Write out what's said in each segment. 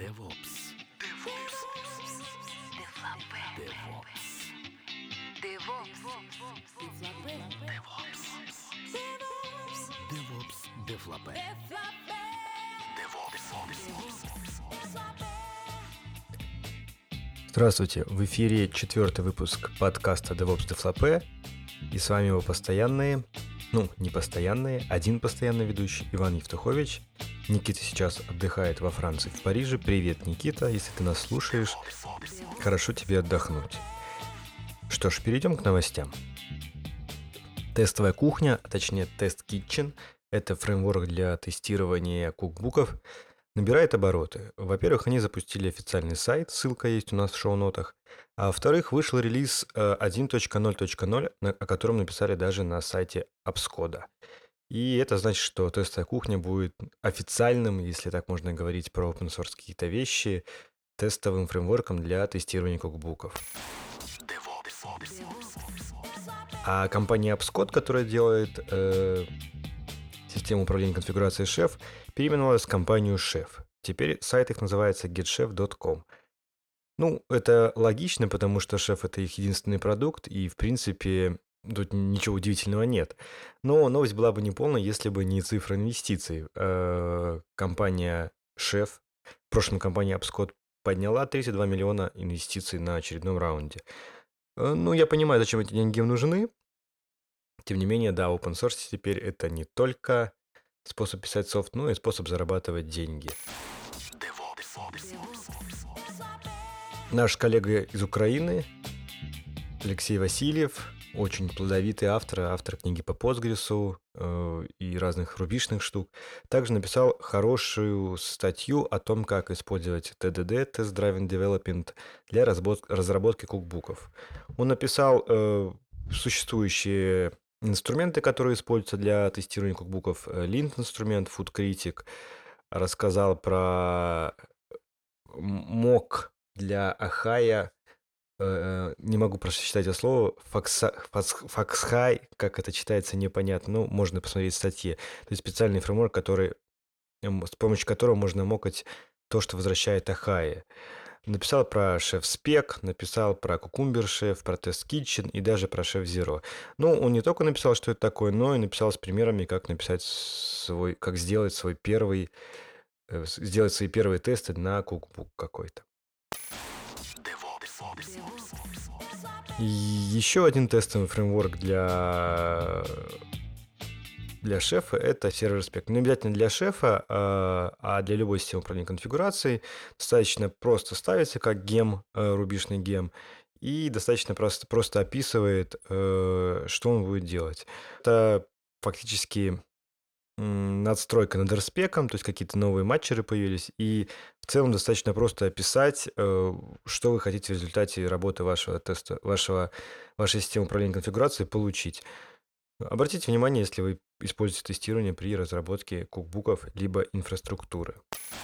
DevOps. Здравствуйте, в эфире 4-й выпуск подкаста DevOps Deflopé, и с вами его постоянные, не постоянные, один постоянный ведущий Иван Евтухович. Никита сейчас отдыхает во Франции, в Париже. Привет, Никита, если ты нас слушаешь, хорошо тебе отдохнуть. Что ж, перейдем к новостям. Тестовая кухня, а точнее Test Kitchen, это фреймворк для тестирования кукбуков, набирает обороты. Во-первых, они запустили официальный сайт, ссылка есть у нас в шоу-нотах. А во-вторых, вышел релиз 1.0.0, о котором написали даже на сайте Апскода. И это значит, что тестовая кухня будет официальным, если так можно говорить про open source какие-то вещи, тестовым фреймворком для тестирования кукбуков. А компания Апскод, которая делает систему управления конфигурацией Chef, переименовалась в компанию Chef. Теперь сайт их называется getchef.com. Это логично, потому что Chef — это их единственный продукт, и, в принципе, тут ничего удивительного нет. Но новость была бы неполной, если бы не цифра инвестиций. Компания Chef, в прошлом компания Апскод, подняла 32 миллиона инвестиций на очередном раунде. Я понимаю, зачем эти деньги им нужны. Тем не менее, да, open source теперь это не только способ писать софт, но и способ зарабатывать деньги. Наш коллега из Украины, Алексей Васильев, очень плодовитый автор книги по Postgres и разных рубишных штук, также написал хорошую статью о том, как использовать TDD, Test Driven Development, для разработки кукбуков. Он написал существующие инструменты, которые используются для тестирования кукбуков, Lint-инструмент, FoodCritic, рассказал про мок для Ахая, не могу прочитать это слово, Foxhigh, как это читается, непонятно, можно посмотреть в статье. То есть специальный фреймворк, с помощью которого можно мокать то, что возвращает Ахая. Написал про Chef Spec, написал про Cucumber Chef, про Test Kitchen и даже про Chef Zero. Он не только написал, что это такое, но и написал с примерами, как сделать свои первые тесты на кукбук какой-то. И еще один тестовый фреймворк для шефа — это Server Spec. Не обязательно для шефа, а для любой системы управления конфигурацией. Достаточно просто ставится как гем, рубишный гем, и достаточно просто описывает, что он будет делать. Это фактически надстройка над RSpec, то есть какие-то новые матчеры появились, и в целом достаточно просто описать, что вы хотите в результате работы вашего теста, вашей системы управления конфигурацией получить. Обратите внимание, если вы используете тестирование при разработке кукбуков либо инфраструктуры.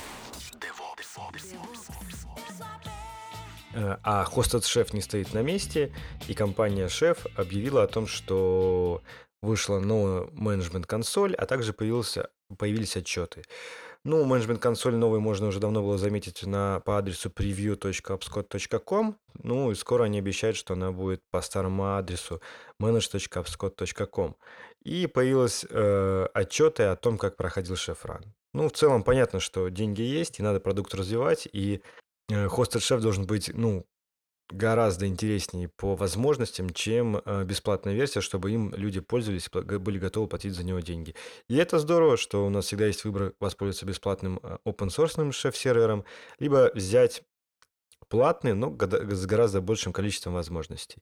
А Hosted Chef не стоит на месте, и компания Chef объявила о том, что вышла новая менеджмент-консоль, а также появились отчеты. Менеджмент-консоль новый можно уже давно было заметить по адресу preview.apskod.com. И скоро они обещают, что она будет по старому адресу manage.apskod.com. И появились отчеты о том, как проходил Chef-Run. В целом понятно, что деньги есть, и надо продукт развивать, и Hosted Chef должен быть, гораздо интереснее по возможностям, чем бесплатная версия, чтобы им люди пользовались и были готовы платить за него деньги. И это здорово, что у нас всегда есть выбор воспользоваться бесплатным open-source шеф-сервером, либо взять платный, но с гораздо большим количеством возможностей.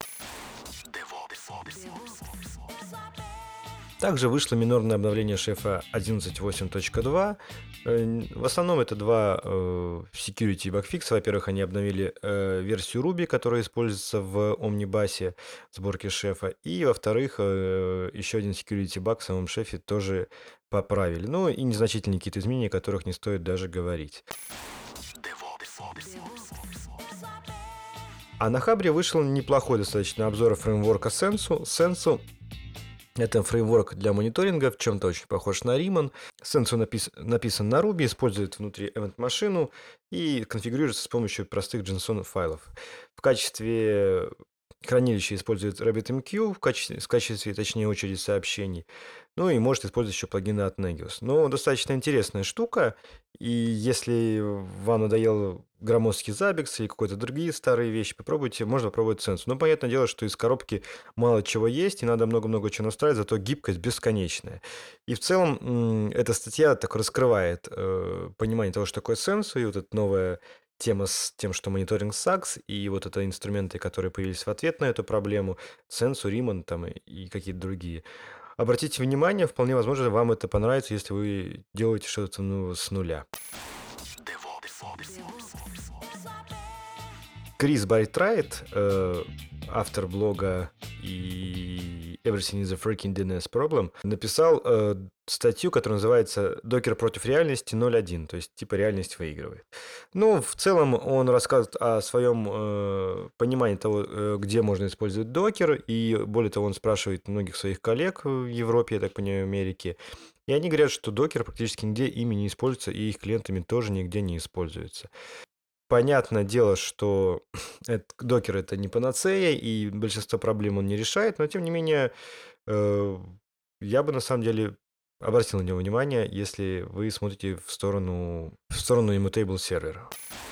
Также вышло минорное обновление шефа 11.8.2. В основном это два security багфикса. Во-первых, они обновили версию Ruby, которая используется в Omnibus сборки шефа. И, во-вторых, еще один security баг в самом шефе тоже поправили. И незначительные какие-то изменения, о которых не стоит даже говорить. А на Хабре вышел неплохой достаточно обзор фреймворка Sensu. Это фреймворк для мониторинга, в чем-то очень похож на Риман. Сенсор написан на Ruby, использует внутри event-машину и конфигурируется с помощью простых JSON-файлов. В качестве хранилища использует RabbitMQ в качестве, точнее, очереди сообщений. Ну и может использовать еще плагины от Nagios. Но достаточно интересная штука. И если вам надоел громоздкий Zabbix или какие-то другие старые вещи, можно попробовать Sensu. Но понятное дело, что из коробки мало чего есть, и надо много-много чего настраивать, зато гибкость бесконечная. И в целом эта статья так раскрывает понимание того, что такое Sensu, и вот эта новая тема с тем, что мониторинг SAGS, и вот это инструменты, которые появились в ответ на эту проблему, Sensu, Риман там и какие-то другие. Обратите внимание, вполне возможно, вам это понравится, если вы делаете что-то с нуля. Крис Байтрайт, автор блога и Everything is a Freaking DNS Problem, написал статью, которая называется «Докер против реальности 0.1», то есть типа реальность выигрывает. Ну, в целом он рассказывает о своем понимании того, где можно использовать докер, и более того, он спрашивает многих своих коллег в Европе, я так понимаю, в Америке, и они говорят, что докер практически нигде ими не используется, и их клиентами тоже нигде не используется. Понятное дело, что докер это не панацея, и большинство проблем он не решает, но тем не менее я бы на самом деле обратил на него внимание, если вы смотрите в сторону Immutable сервера.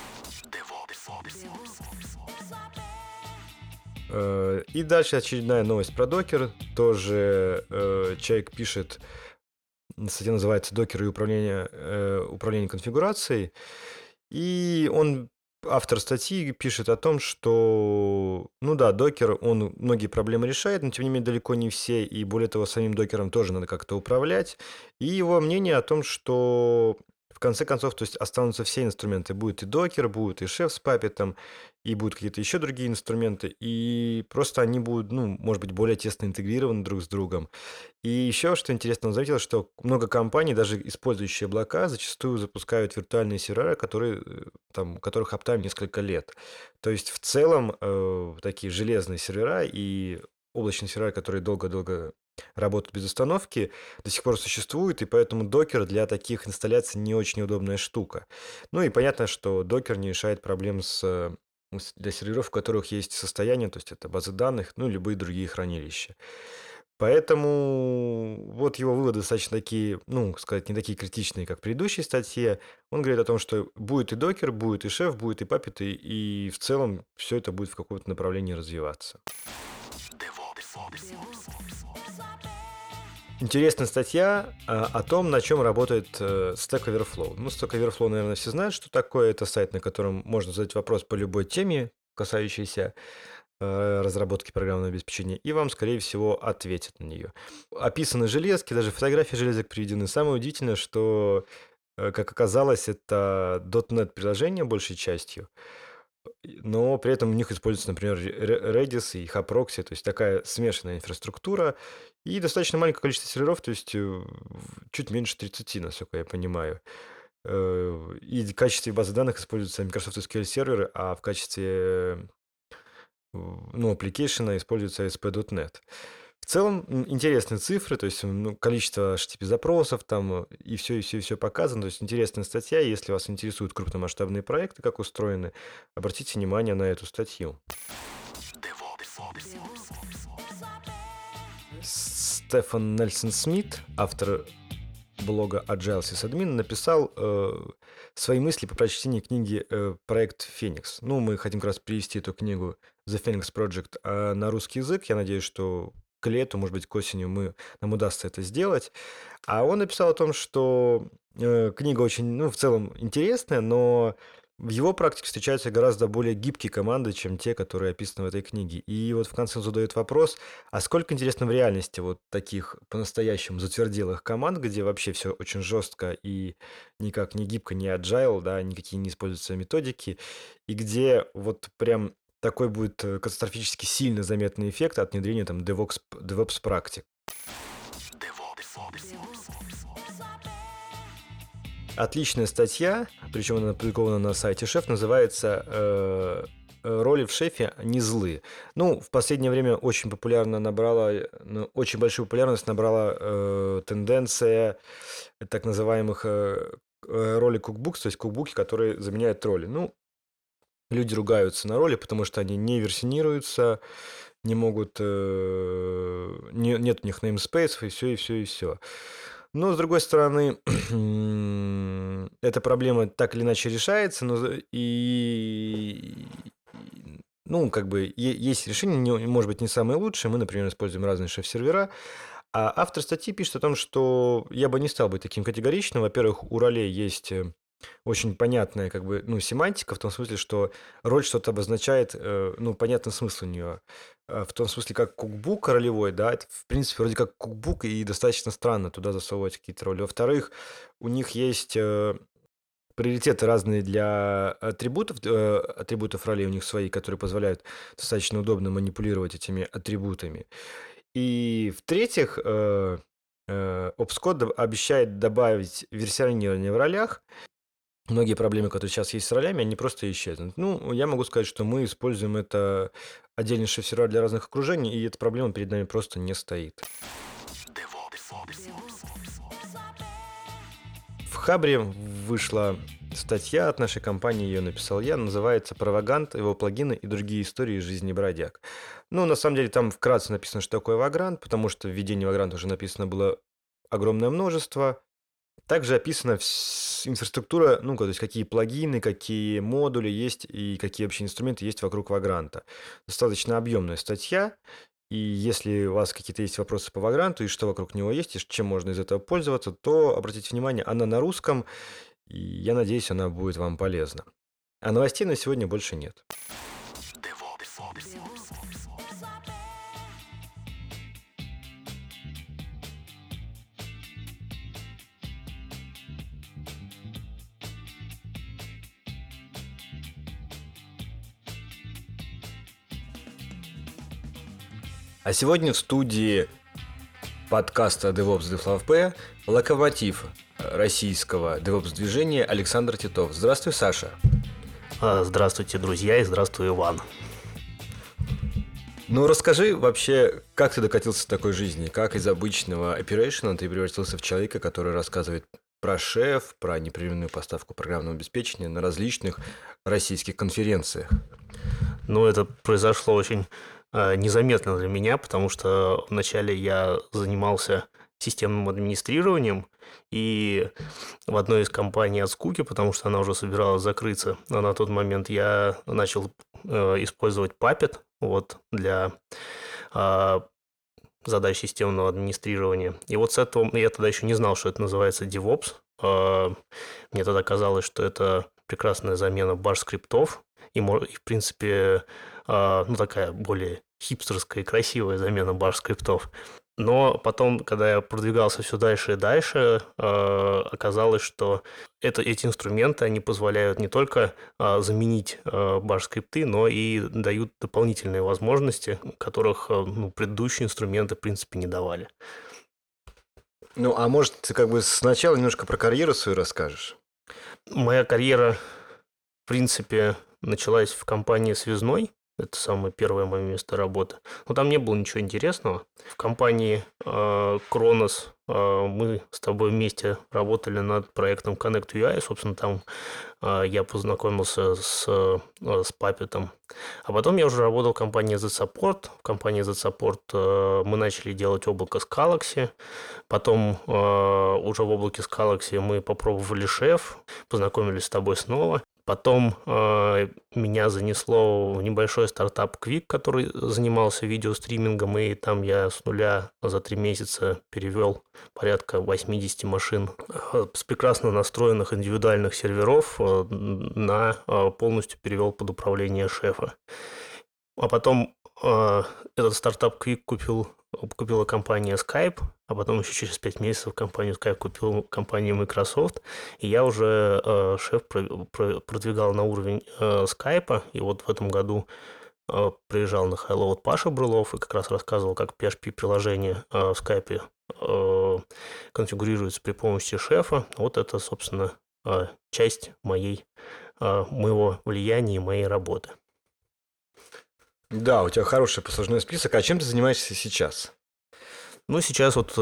И дальше очередная новость про докер. Тоже человек пишет, статья называется «Докер и управление конфигурацией». И автор статьи пишет о том, что, ну да, докер, он многие проблемы решает, но тем не менее далеко не все, и более того, самим докером тоже надо как-то управлять. И его мнение о том, что в конце концов, то есть останутся все инструменты. Будет и докер, будет и шеф с папетом, и будут какие-то еще другие инструменты, и просто они будут, может быть, более тесно интегрированы друг с другом. И еще, что интересно, он заметил, что много компаний, даже использующие облака, зачастую запускают виртуальные сервера, у которых аптайм несколько лет. То есть в целом такие железные сервера и облачные сервера, которые долго-долго работают без остановки, до сих пор существуют, и поэтому докер для таких инсталляций не очень удобная штука. Ну и понятно, что докер не решает проблем для серверов, у которых есть состояние, то есть это базы данных, любые другие хранилища. Поэтому вот его выводы достаточно такие, сказать, не такие критичные, как в предыдущей статье. Он говорит о том, что будет и докер, будет и шеф, будет и папет, и в целом все это будет в каком-то направлении развиваться. Интересная статья о том, на чем работает Stack Overflow. Stack Overflow, наверное, все знают, что такое. Это сайт, на котором можно задать вопрос по любой теме, касающейся разработки программного обеспечения, и вам, скорее всего, ответят на нее. Описаны железки, даже фотографии железок приведены. Самое удивительное, что, как оказалось, это .NET приложение большей частью, но при этом у них используется, например, Redis и HAProxy, то есть такая смешанная инфраструктура и достаточно маленькое количество серверов, то есть чуть меньше 30, насколько я понимаю. И в качестве базы данных используются Microsoft SQL серверы, а в качестве application используется ASP.NET. В целом интересные цифры, то есть количество HTTP-запросов там и все показано. То есть интересная статья. Если вас интересуют крупномасштабные проекты, как устроены, обратите внимание на эту статью. Стефан Нельсон Смит, автор блога Agile Sysadmin, написал свои мысли по прочтении книги «Проект Феникс». Мы хотим как раз перевести эту книгу The Phoenix Project на русский язык. Я надеюсь, что к лету, может быть, к осени нам удастся это сделать. А он написал о том, что книга очень, в целом интересная, но в его практике встречаются гораздо более гибкие команды, чем те, которые описаны в этой книге. И вот в конце он задает вопрос, а сколько, интересно, в реальности вот таких по-настоящему затверделых команд, где вообще все очень жестко и никак не гибко, не agile, да, никакие не используются методики, и где вот прям такой будет катастрофически сильно заметный эффект от внедрения там DevOps практик. Отличная статья, причем она опубликована на сайте Шеф, называется роли в шефе не злы. Ну, в последнее время очень большую популярность набрала тенденция так называемых роли кукбукс, то есть кукбуки, которые заменяют роли. Ну, люди ругаются на роли, потому что они не версионируются, не могут, нет у них namespace, и все, и все, и все. Но, с другой стороны, эта проблема так или иначе решается, ну, как бы, есть решение, может быть, не самое лучшее. Мы, например, используем разные шеф-сервера. А автор статьи пишет о том, что я бы не стал быть таким категоричным. Во-первых, у ролей есть очень понятная, как бы, ну, семантика, в том смысле, что роль что-то обозначает, ну, понятный смысл у нее. В том смысле, как кукбук ролевой, да, это, в принципе, вроде как кукбук, и достаточно странно туда засовывать какие-то роли. Во-вторых, у них есть приоритеты разные для атрибутов ролей, у них свои, которые позволяют достаточно удобно манипулировать этими атрибутами. И в-третьих, Opscode обещает добавить версионирование в ролях. Многие проблемы, которые сейчас есть с ролями, они просто исчезнут. Ну, я могу сказать, что мы используем это отдельный шеф-сервер для разных окружений, и эта проблема перед нами просто не стоит. В Хабре вышла статья от нашей компании, ее написал я, называется «Провагант, его плагины и другие истории из жизни бродяг». Ну, на самом деле, там вкратце написано, что такое Vagrant, потому что в введении Vagrant уже написано было огромное множество. Также описана инфраструктура, ну, то есть какие плагины, какие модули есть и какие вообще инструменты есть вокруг Vagrant. Достаточно объемная статья, и если у вас какие-то есть вопросы по Vagrant и что вокруг него есть, и чем можно из этого пользоваться, то обратите внимание, она на русском, и я надеюсь, она будет вам полезна. А новостей на сегодня больше нет. А сегодня в студии подкаста DevOps DevLabP локомотив российского DevOps-движения Александр Титов. Здравствуй, Саша. Здравствуйте, друзья, и здравствуй, Иван. Ну, расскажи вообще, как ты докатился до такой жизни? Как из обычного оперейшена ты превратился в человека, который рассказывает про шеф, про непрерывную поставку программного обеспечения на различных российских конференциях? Ну, это произошло очень незаметно для меня, потому что вначале я занимался системным администрированием, и в одной из компаний от скуки, потому что она уже собиралась закрыться, а на тот момент я начал использовать Puppet вот, для задач системного администрирования. И вот с этого я тогда еще не знал, что это называется DevOps. Мне тогда казалось, что это прекрасная замена баш-скриптов, и в принципе, ну, такая более хипстерская и красивая замена баш-скриптов. Но потом, когда я продвигался все дальше и дальше, оказалось, что эти инструменты, они позволяют не только заменить баш-скрипты, но и дают дополнительные возможности, которых предыдущие инструменты, в принципе, не давали. Ну, а может, ты как бы сначала немножко про карьеру свою расскажешь? Моя карьера, в принципе, началась в компании «Связной». Это самое первое мое место работы. Но там не было ничего интересного. В компании Kronos мы с тобой вместе работали над проектом Connect UI. Собственно, там я познакомился с Puppet. А потом я уже работал в компании Z-Support. В компании Z-Support мы начали делать облако с Galaxy. Потом уже в облаке с Galaxy мы попробовали шеф, познакомились с тобой снова. Потом меня занесло в небольшой стартап Quick, который занимался видеостримингом, и там я с нуля за 3 месяца перевел порядка 80 машин с прекрасно настроенных индивидуальных серверов на полностью перевел под управление шефа. А потом этот стартап Quick купила компания Skype, а потом еще через 5 месяцев компанию Skype купила компания Microsoft, и я уже шеф продвигал на уровень Skype, и вот в этом году приезжал на Highload Паша Брылов и как раз рассказывал, как PHP-приложение в Skype конфигурируется при помощи шефа. Вот это, собственно, часть моего влияния и моей работы. Да, у тебя хороший послужной список. А чем ты занимаешься сейчас? Ну, сейчас вот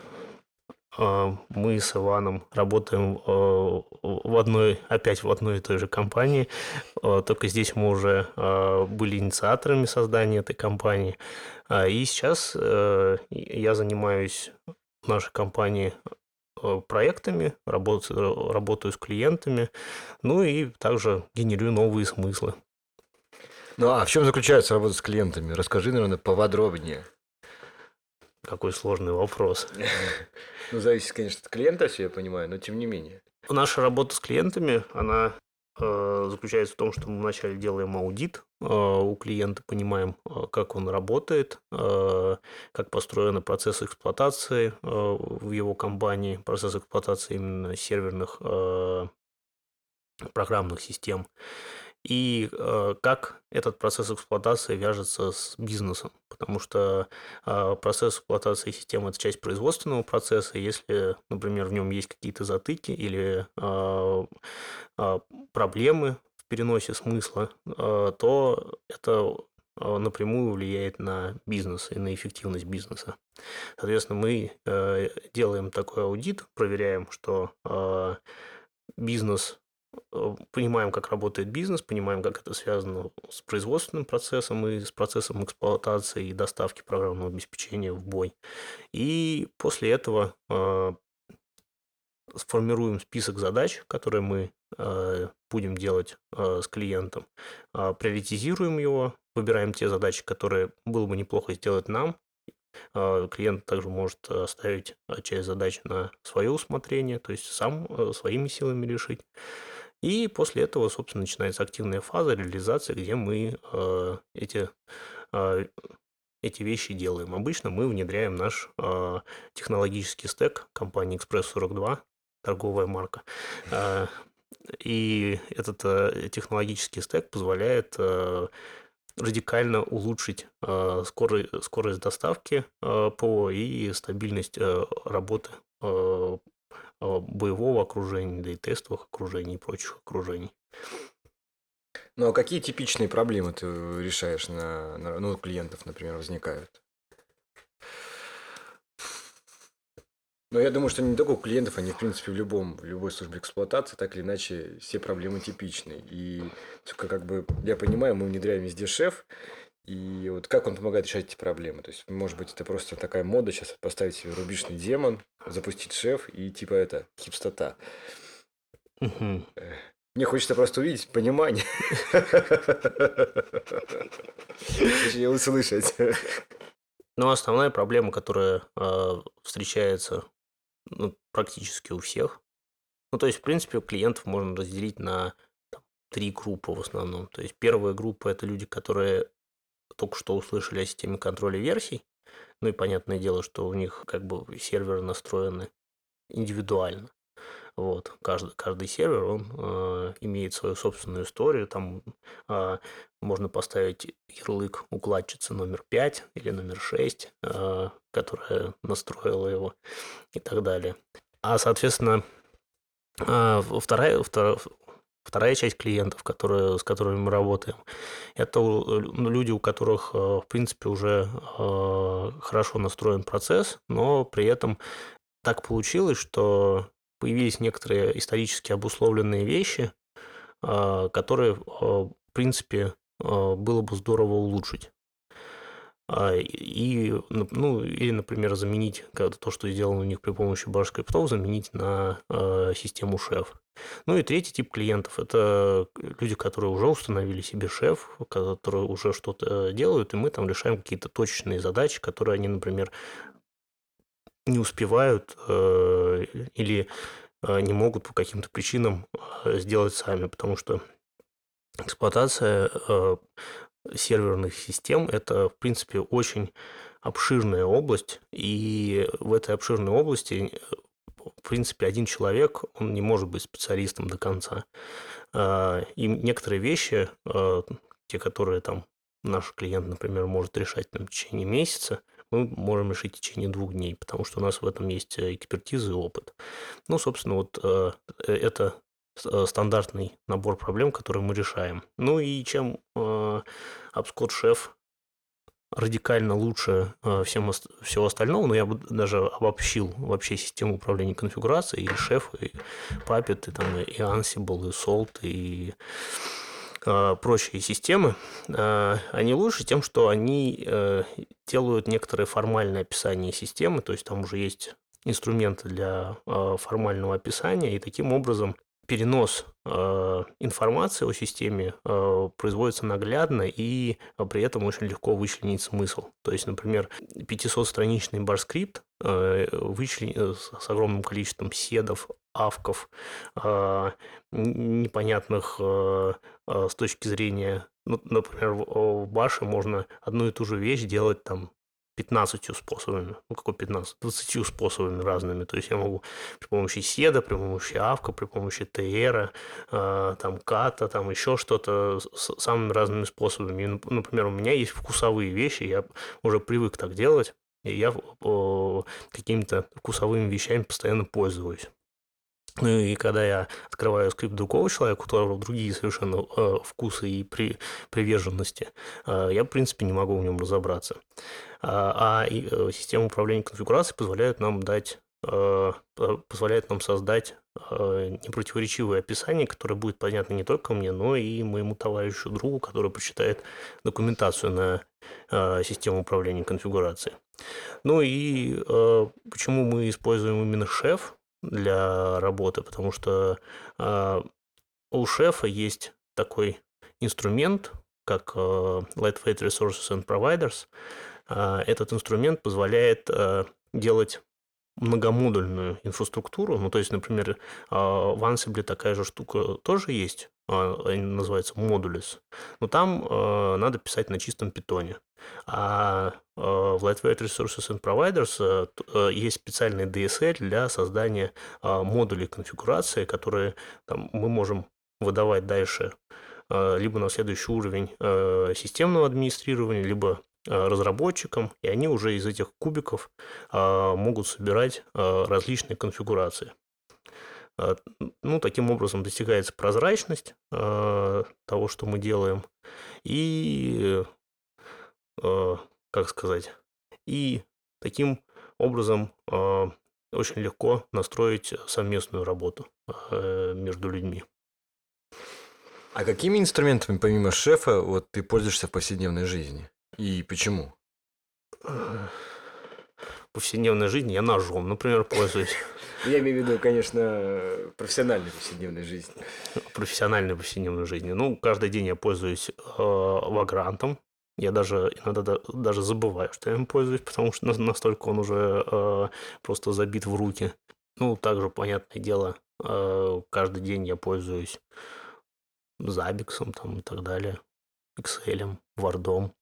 мы с Иваном работаем опять в одной и той же компании, только здесь мы уже были инициаторами создания этой компании. И сейчас я занимаюсь в нашей компании проектами, работаю с клиентами, ну и также генерирую новые смыслы. Ну, а в чем заключается работа с клиентами? Расскажи, наверное, поподробнее. Какой сложный вопрос. Ну, зависит, конечно, от клиента, все я понимаю, но тем не менее. Наша работа с клиентами, она заключается в том, что мы вначале делаем аудит у клиента, понимаем, как он работает, как построены процессы эксплуатации в его компании, процесс эксплуатации именно серверных программных систем, и как этот процесс эксплуатации вяжется с бизнесом. Потому что процесс эксплуатации системы – это часть производственного процесса. Если, например, в нем есть какие-то затыки или проблемы в переносе смысла, то это напрямую влияет на бизнес и на эффективность бизнеса. Соответственно, мы делаем такой аудит, проверяем, что бизнес понимаем, как работает бизнес, понимаем, как это связано с производственным процессом и с процессом эксплуатации и доставки программного обеспечения в бой. И после этого сформируем список задач, которые мы будем делать с клиентом, приоритизируем его, выбираем те задачи, которые было бы неплохо сделать нам. Клиент также может оставить часть задач на свое усмотрение, то есть сам своими силами решить. И после этого, собственно, начинается активная фаза реализации, где мы эти вещи делаем. Обычно мы внедряем наш технологический стек компании Express42, торговая марка. И этот технологический стек позволяет радикально улучшить скорость доставки ПО и стабильность работы боевого окружения, да и тестовых окружений и прочих окружений. Ну, а какие типичные проблемы ты решаешь у клиентов, например, возникают? Ну, я думаю, что не только у клиентов, они, в принципе, в любой службе эксплуатации, так или иначе, все проблемы типичны. И, как бы, я понимаю, мы внедряем везде шеф, и вот как он помогает решать эти проблемы? То есть, может быть, это просто такая мода сейчас поставить себе рубишный демон, запустить шеф и типа это, хипстота. Мгм. Мне хочется просто увидеть понимание. Точнее, услышать. Но основная проблема, которая встречается практически у всех, то есть, в принципе, клиентов можно разделить на три группы в основном. То есть, первая группа – это люди, которые только что услышали о системе контроля версий. Ну и понятное дело, что у них как бы серверы настроены индивидуально. Вот. Каждый сервер, он имеет свою собственную историю. Там можно поставить ярлык укладчицы номер 5 или номер 6, которая настроила его и так далее. А, соответственно, вторая часть клиентов, с которыми мы работаем, это люди, у которых, в принципе, уже хорошо настроен процесс, но при этом так получилось, что появились некоторые исторически обусловленные вещи, которые, в принципе, было бы здорово улучшить. Или, например, заменить то, что сделано у них при помощи баш-скриптов, заменить на систему шеф. Ну и третий тип клиентов – это люди, которые уже установили себе шеф, которые уже что-то делают, и мы там решаем какие-то точечные задачи, которые они, например, не успевают или не могут по каким-то причинам сделать сами, потому что эксплуатация серверных систем – это, в принципе, очень обширная область, и в этой обширной области, в принципе, один человек, он не может быть специалистом до конца. И некоторые вещи, те, которые там наш клиент, например, может решать в течение месяца, мы можем решить в течение 2 дней, потому что у нас в этом есть экспертиза и опыт. Ну, собственно, вот это стандартный набор проблем, которые мы решаем. Ну и чем HubSpot Chef радикально лучше всего остального, но я бы даже обобщил вообще систему управления конфигурацией, и Chef, и Puppet, и, там, и Ansible, и Salt, и прочие системы. Они лучше тем, что они делают некоторое формальное описание системы, то есть там уже есть инструменты для формального описания, и таким образом перенос информации о системе производится наглядно и при этом очень легко вычленить смысл. То есть, например, 500-страничный бар-скрипт с огромным количеством седов, авков, непонятных с точки зрения, ну, например, в баше можно одну и ту же вещь делать там 15 способами. Ну, какой 15? 20 способами разными. То есть я могу при помощи седа, при помощи авка, при помощи ТР, там, ката, там еще что-то самыми разными способами. И, например, у меня есть вкусовые вещи, я уже привык так делать, и я какими-то вкусовыми вещами постоянно пользуюсь. Ну и когда я открываю скрипт другого человека, у которого другие совершенно вкусы и приверженности, я, в принципе, не могу в нем разобраться. Система управления конфигурацией позволяет нам создать непротиворечивое описание, которое будет понятно не только мне, но и моему товарищу другу, который прочитает документацию на систему управления конфигурацией. Ну и почему мы используем именно Chef для работы, потому что у Chef есть такой инструмент, как Lightweight Resources and Providers. Этот инструмент позволяет делать многомодульную инфраструктуру. Ну, то есть, например, в Ansible такая же штука тоже есть, они называются Modules, но там надо писать на чистом питоне. А в Lightweight Resources and Providers есть специальный DSL для создания модулей конфигурации, которые там, мы можем выдавать дальше либо на следующий уровень системного администрирования, либо разработчикам, и они уже из этих кубиков могут собирать различные конфигурации. Ну, таким образом достигается прозрачность того, что мы делаем, и, как сказать, и таким образом очень легко настроить совместную работу между людьми. А какими инструментами, помимо Шефа, вот ты пользуешься в повседневной жизни? И почему? В повседневной жизни я ножом, например, пользуюсь. Я имею в виду, конечно, профессиональной повседневной жизни. Профессиональной повседневной жизни. Ну, каждый день я пользуюсь Vagrant. Я даже иногда даже забываю, что я им пользуюсь, потому что настолько он уже просто забит в руки. Ну, также, понятное дело, каждый день я пользуюсь Zabbix там и так далее, Excel, Word,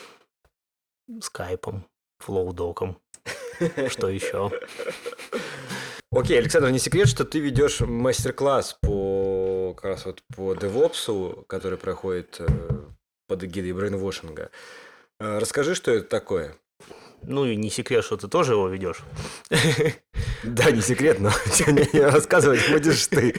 Skype, FlowDoc. Что еще? Окей, Александр, не секрет, что ты ведешь мастер-класс как раз вот по DevOps, который проходит под эгидой брейнвошинга. Расскажи, что это такое. Ну и не секрет, что ты тоже его ведешь. Да, не секрет, но рассказывать будешь ты.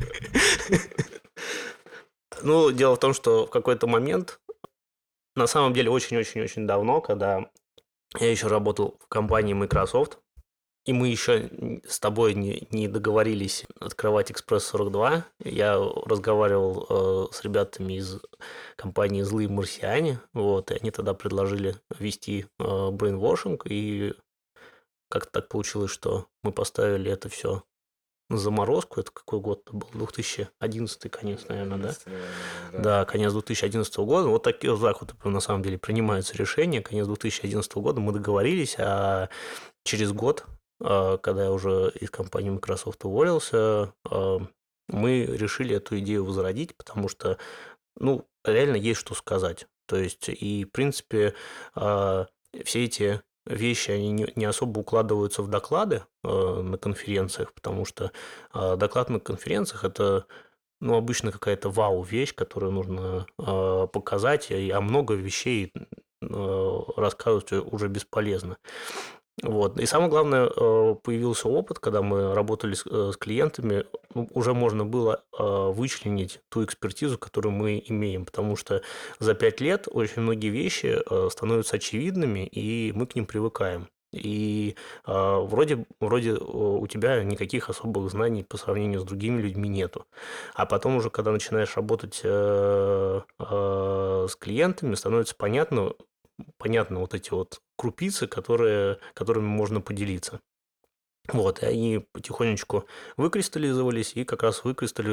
Ну, дело в том, что в какой-то момент, на самом деле очень-очень-очень давно, когда я еще работал в компании Microsoft, и мы еще с тобой не договорились открывать Express-42, я разговаривал с ребятами из компании «Злые марсиане», вот, и они тогда предложили ввести брейнвошинг, и как-то так получилось, что мы поставили это все на заморозку. Это какой год-то был? 2011 конец, наверное, да? Да, конец 2011 года. Вот так вот на самом деле принимаются решения. Конец 2011 года мы договорились, а через год, когда я уже из компании Microsoft уволился, мы решили эту идею возродить, потому что, ну, реально есть что сказать. То есть, и, в принципе, все эти вещи, они не особо укладываются в доклады на конференциях, потому что доклад на конференциях – это, ну, обычно какая-то вау-вещь, которую нужно показать, а много вещей рассказывать уже бесполезно. Вот. И самое главное, появился опыт, когда мы работали с клиентами, уже можно было вычленить ту экспертизу, которую мы имеем, потому что за 5 лет очень многие вещи становятся очевидными, и мы к ним привыкаем. И вроде у тебя никаких особых знаний по сравнению с другими людьми нету. А потом уже, когда начинаешь работать с клиентами, становится понятно вот эти вот крупицы, которыми можно поделиться. Вот, и они потихонечку выкристаллизовались, и как раз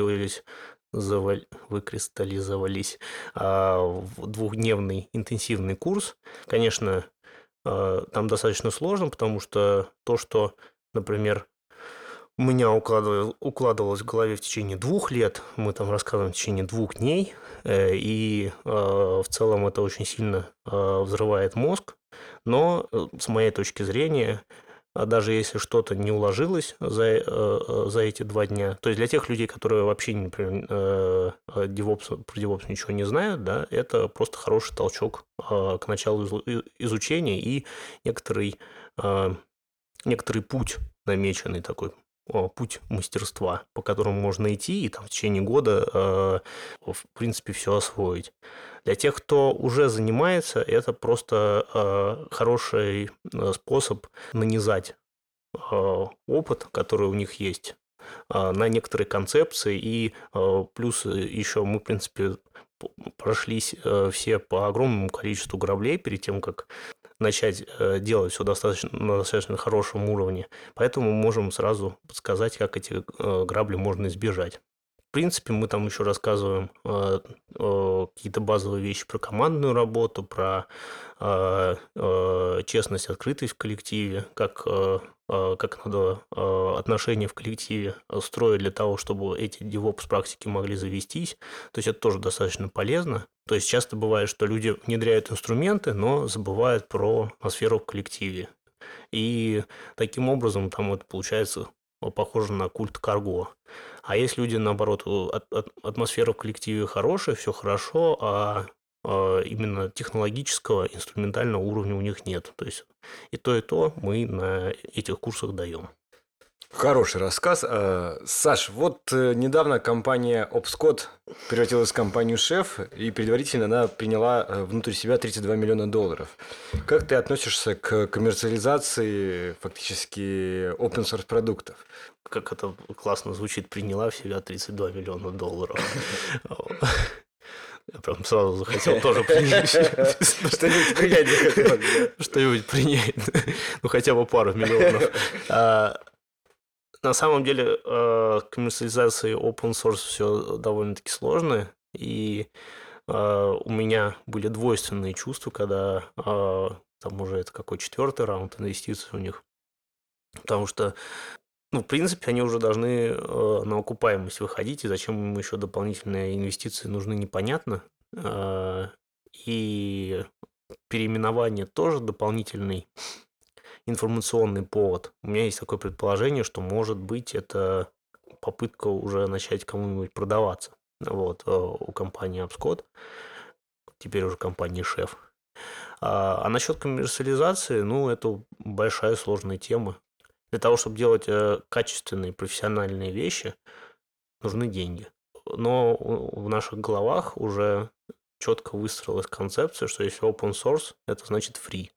выкристаллизовались в двухдневный интенсивный курс. Конечно, там достаточно сложно, потому что то, что, например, у меня укладывалось в голове в течение 2 лет, мы там рассказываем в течение 2 дней, и в целом это очень сильно взрывает мозг, но с моей точки зрения, даже если что-то не уложилось за эти 2 дня, то есть для тех людей, которые вообще, например, про DevOps ничего не знают, да, это просто хороший толчок к началу изучения и некоторый, э, некоторый путь намеченный такой, путь мастерства, по которому можно идти и там в течение года, в принципе, все освоить. Для тех, кто уже занимается, это просто хороший способ нанизать опыт, который у них есть, на некоторые концепции. И плюс еще мы, в принципе, прошлись все по огромному количеству граблей перед тем, как начать делать все на достаточно хорошем уровне. Поэтому можем сразу подсказать, как эти грабли можно избежать. В принципе, мы там еще рассказываем какие-то базовые вещи про командную работу, про честность, открытость в коллективе, как надо отношения в коллективе строить для того, чтобы эти DevOps практики могли завестись. То есть это тоже достаточно полезно. То есть часто бывает, что люди внедряют инструменты, но забывают про атмосферу в коллективе. И таким образом там это получается похоже на культ карго. А есть люди, наоборот, атмосфера в коллективе хорошая, все хорошо, а именно технологического, инструментального уровня у них нет. То есть и то мы на этих курсах даем. Хороший рассказ. Саш, вот недавно компания Opscode превратилась в компанию Шеф, и предварительно она приняла внутрь себя $32 миллиона. Как ты относишься к коммерциализации фактически open source продуктов? Как это классно звучит, приняла в себя $32 миллиона. Я прям сразу захотел тоже принять. Что-нибудь принять захотелось. Что-нибудь принять. Ну, хотя бы пару миллионов. На самом деле, коммерциализации open source все довольно-таки сложно. И у меня были двойственные чувства, когда там уже это какой 4-й раунд инвестиций у них. Потому что, в принципе, они уже должны на окупаемость выходить, и зачем им еще дополнительные инвестиции нужны, непонятно. И переименование тоже дополнительный информационный повод. У меня есть такое предположение, что, может быть, это попытка уже начать кому-нибудь продаваться. Вот, у компании Upscode, теперь уже компании Шеф. А насчет коммерциализации, это большая сложная тема. Для того, чтобы делать качественные профессиональные вещи, нужны деньги. Но в наших головах уже четко выстроилась концепция, что если open source, это значит free.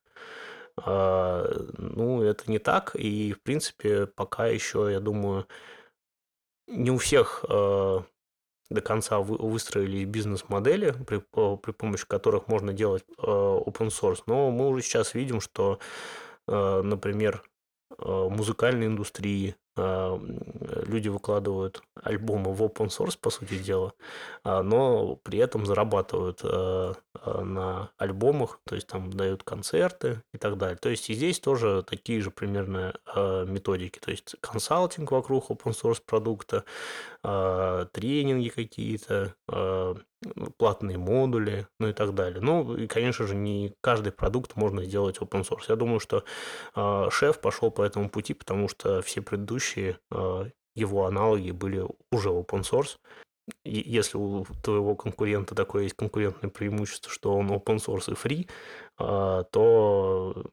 Это не так, и, в принципе, пока еще, я думаю, не у всех до конца выстроили бизнес-модели, при помощи которых можно делать open source, но мы уже сейчас видим, что, например, музыкальной индустрии люди выкладывают альбомы в open source, по сути дела, но при этом зарабатывают на альбомах, то есть там дают концерты и так далее. То есть и здесь тоже такие же примерно методики, то есть консалтинг вокруг open source продукта, тренинги какие-то, платные модули, и так далее. И, конечно же, не каждый продукт можно сделать open source. Я думаю, что Шеф пошел по этому пути, потому что все предыдущие его аналоги были уже open source. И если у твоего конкурента такое есть конкурентное преимущество, что он open source и free, то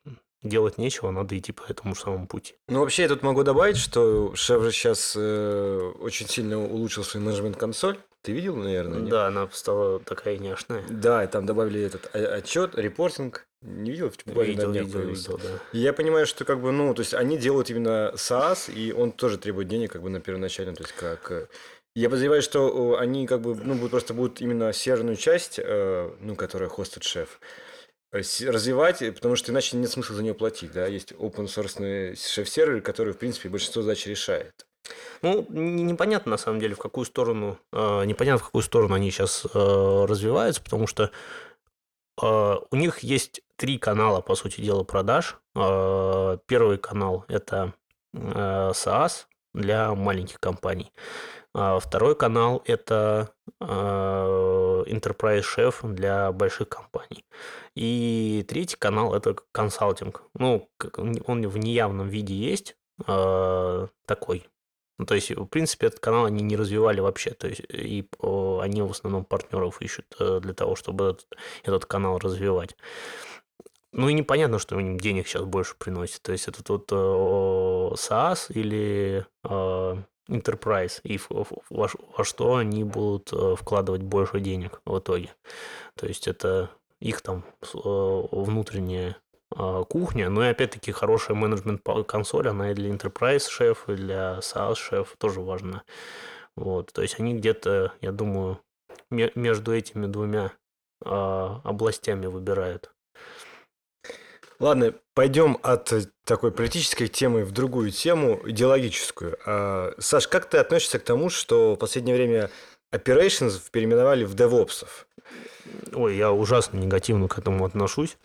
делать нечего, надо идти по этому же самому пути. Ну, вообще, я тут могу добавить, что шеф же сейчас очень сильно улучшил свою менеджмент-консоль. Ты видел, наверное, нет? Да, она стала такая няшная. Да, и там добавили этот отчет, репортинг. Не видел? Буквально на днях появился. Видел, да. И я понимаю, что как бы, ну, то есть они делают именно SaaS, и он тоже требует денег как бы на первоначальном, то есть как... Я подозреваю, что они как бы, ну, просто будут именно серверную часть, ну, которая хостит шеф, развивать, потому что иначе нет смысла за нее платить, да, есть open source шеф-сервер, который, в принципе, большинство задач решает. Ну, непонятно на самом деле, в какую сторону, непонятно, в какую сторону они сейчас развиваются, потому что у них есть 3 канала, по сути дела, продаж. Первый канал – это SaaS для маленьких компаний. Второй канал – это Enterprise Chef для больших компаний. И третий канал – это консалтинг. Ну, он в неявном виде есть такой. Ну, то есть, в принципе, этот канал они не развивали вообще. То есть, и они в основном партнеров ищут для того, чтобы этот канал развивать. Ну и непонятно, что им денег сейчас больше приносит. То есть, это тут SaaS или Enterprise, и во что они будут вкладывать больше денег в итоге. То есть, это их там внутренняя кухня, но и опять-таки хорошая менеджмент-консоль, она и для Enterprise шеф, и для SaaS шеф тоже важна. Вот, то есть они где-то, я думаю, между этими двумя областями выбирают. Ладно, пойдем от такой политической темы в другую тему, идеологическую. Саш, как ты относишься к тому, что в последнее время operations переименовали в DevOps? Ой, я ужасно негативно к этому отношусь.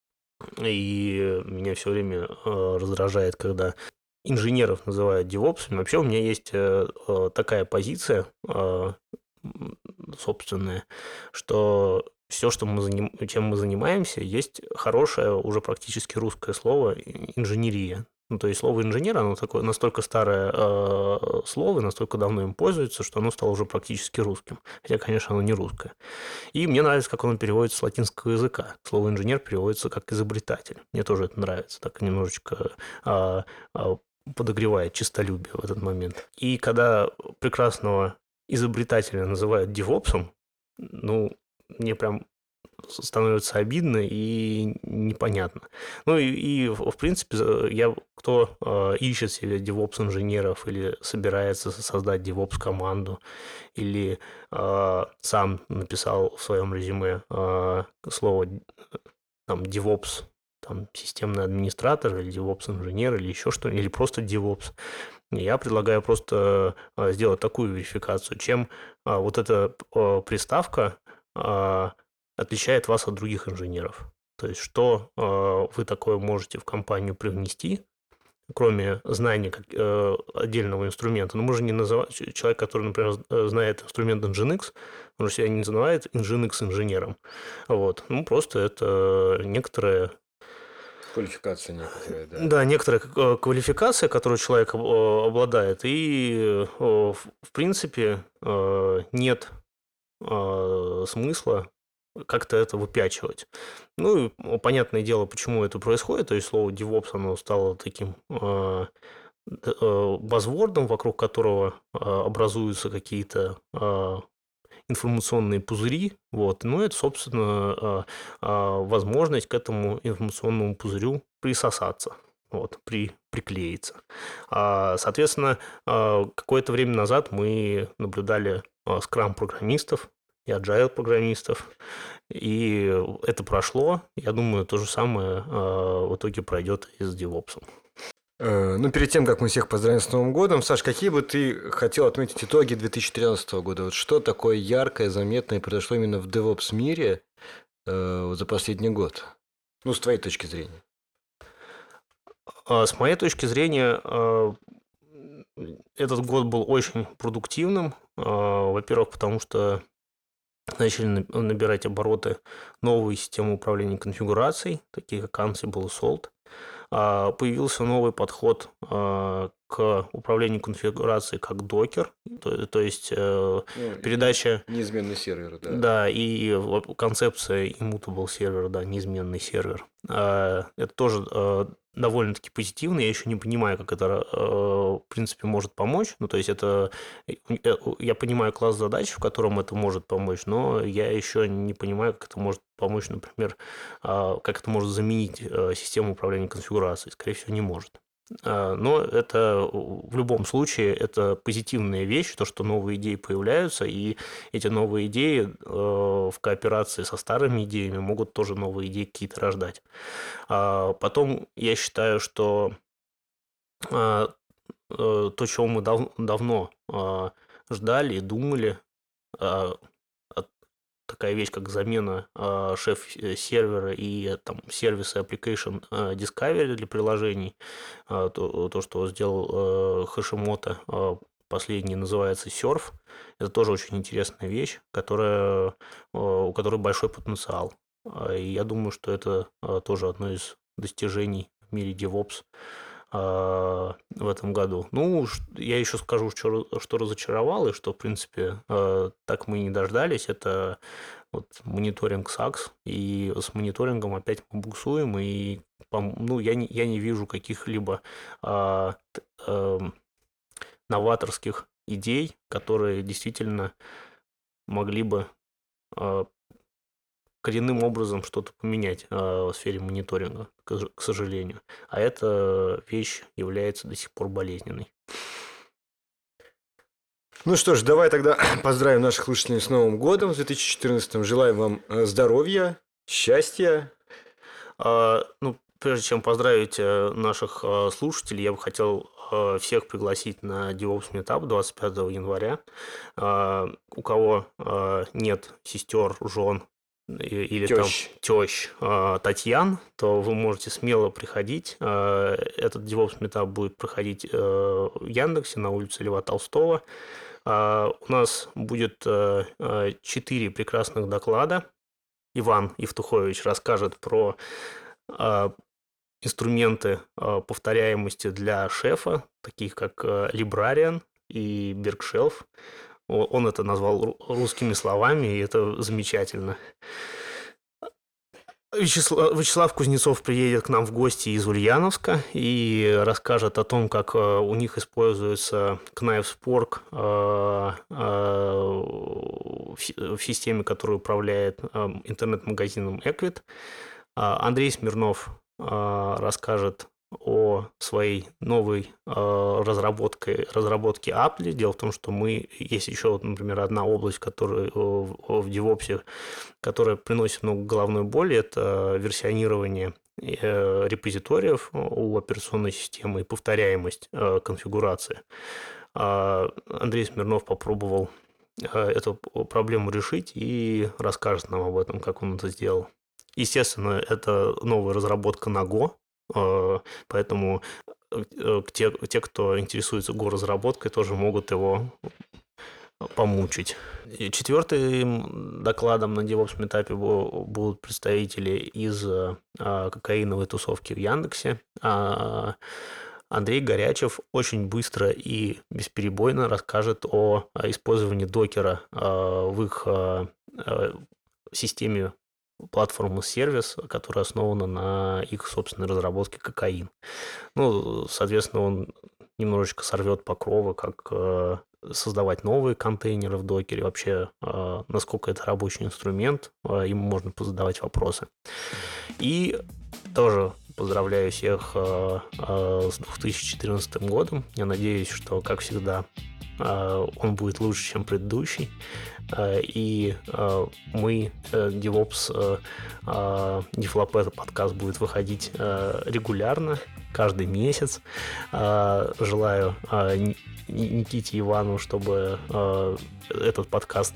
И меня все время раздражает, когда инженеров называют девопсами. Вообще у меня есть такая позиция собственная, что все, чем мы занимаемся, есть хорошее, уже практически русское слово инженерия. Ну, то есть слово инженер, оно такое настолько старое слово, настолько давно им пользуется, что оно стало уже практически русским. Хотя, конечно, оно не русское. И мне нравится, как оно переводится с латинского языка. Слово инженер переводится как изобретатель. Мне тоже это нравится. Так немножечко подогревает честолюбие в этот момент. И когда прекрасного изобретателя называют девопсом, ну, мне прям становится обидно и непонятно. Ну и в принципе, кто ищет себе DevOps-инженеров или собирается создать DevOps-команду, или сам написал в своем резюме слово там, DevOps, там, системный администратор, или DevOps-инженер, или еще что-нибудь, или просто DevOps. Я предлагаю просто сделать такую верификацию, чем вот эта приставка отличает вас от других инженеров. То есть, что вы такое можете в компанию привнести, кроме знания отдельного инструмента. Но мы же не называем... Человек, который, например, знает инструмент Nginx, он же себя не называет Nginx инженером. Вот. Ну, просто это некоторая... Квалификация некоторая, да. Да, некоторая квалификация, которую человек обладает. И, в принципе, нет смысла как-то это выпячивать. Ну, и понятное дело, почему это происходит. То есть слово DevOps, оно стало таким базвордом, вокруг которого образуются какие-то информационные пузыри. Вот. Ну, это, собственно, возможность к этому информационному пузырю присосаться. Вот, приклеиться. Соответственно, какое-то время назад мы наблюдали скрам-программистов и agile-программистов, и это прошло. Я думаю, то же самое в итоге пройдет и с DevOps. Ну, перед тем, как мы всех поздравим с Новым годом, Саш, какие бы ты хотел отметить итоги 2013 года? Вот что такое яркое, заметное произошло именно в DevOps мире за последний год? Ну, с твоей точки зрения. С моей точки зрения, этот год был очень продуктивным. Во-первых, потому что начали набирать обороты новые системы управления конфигурацией, такие как Ansible и Salt. Появился новый подход к управлению конфигурацией как Docker, то есть передача... Неизменный сервер, да. Да, и концепция immutable сервер, да, неизменный сервер. Это тоже довольно-таки позитивный. Я еще не понимаю, как это, в принципе, может помочь. Ну, то есть это... Я понимаю класс задач, в котором это может помочь, но я еще не понимаю, как это может помочь, например, как это может заменить систему управления конфигурацией. Скорее всего, не может. Но это в любом случае это позитивная вещь, то, что новые идеи появляются, и эти новые идеи в кооперации со старыми идеями могут тоже новые идеи какие-то рождать. Потом я считаю, что то, чего мы давно ждали и думали, такая вещь, как замена шеф-сервера и там сервиса Application Discovery для приложений, то, что сделал Хашимото, последний называется Surf. Это тоже очень интересная вещь, у которой большой потенциал. И я думаю, что это тоже одно из достижений в мире DevOps в этом году. Ну, я еще скажу, что разочаровало, и что, в принципе, так мы и не дождались. Это вот мониторинг SAX, и с мониторингом опять мы буксуем, и я не вижу каких-либо новаторских идей, которые действительно могли бы коренным образом что-то поменять в сфере мониторинга, к сожалению. А эта вещь является до сих пор болезненной. Ну что ж, давай тогда поздравим наших слушателей с Новым годом, с 2014. Желаем вам здоровья, счастья. Прежде чем поздравить наших слушателей, я бы хотел всех пригласить на DevOps Meetup 25 января. У кого нет сестер, жен или тещ Татьян, то вы можете смело приходить. Этот DevOps Meetup будет проходить в Яндексе на улице Льва Толстого. У нас будет 4 прекрасных доклада. Иван Евтухович расскажет про инструменты повторяемости для шефа, таких как Librarian и Bergshelf. Он это назвал русскими словами, и это замечательно. Вячеслав Кузнецов приедет к нам в гости из Ульяновска и расскажет о том, как у них используется Knifespork в системе, которая управляет интернет-магазином Equid. Андрей Смирнов расскажет о своей новой разработке Apply. Дело в том, что есть еще, например, одна область, которая в DevOps, которая приносит много головной боли, это версионирование репозиториев у операционной системы и повторяемость конфигурации. Андрей Смирнов попробовал эту проблему решить и расскажет нам об этом, как он это сделал. Естественно, это новая разработка на Go, поэтому те, кто интересуется Go-разработкой, тоже могут его помучить. И 4-м докладом на DevOps Meetup будут представители из кокаиновой тусовки в Яндексе. Андрей Горячев очень быстро и бесперебойно расскажет о использовании докера в их системе платформу сервис, которая основана на их собственной разработке Кокаин. Ну, соответственно, он немножечко сорвет покровы, как создавать новые контейнеры в докере, вообще, насколько это рабочий инструмент, ему можно позадавать вопросы. И тоже поздравляю всех с 2014 годом. Я надеюсь, что, как всегда, он будет лучше, чем предыдущий. И мы, DevOps, Develop подкаст будет выходить регулярно, каждый месяц. Желаю Никите и Ивану, чтобы этот подкаст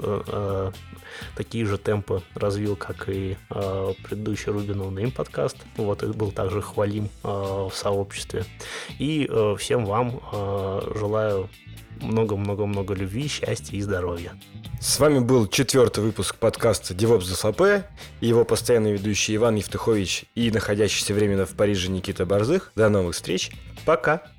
такие же темпы развил, как и предыдущий Ruby No Name подкаст. Вот, это был также хвалим в сообществе. И всем вам желаю много-много-много любви, счастья и здоровья. С вами был 4-й выпуск подкаста DevOps ЗСЛП и его постоянный ведущий Иван Евтухович и находящийся временно в Париже Никита Борзых. До новых встреч. Пока!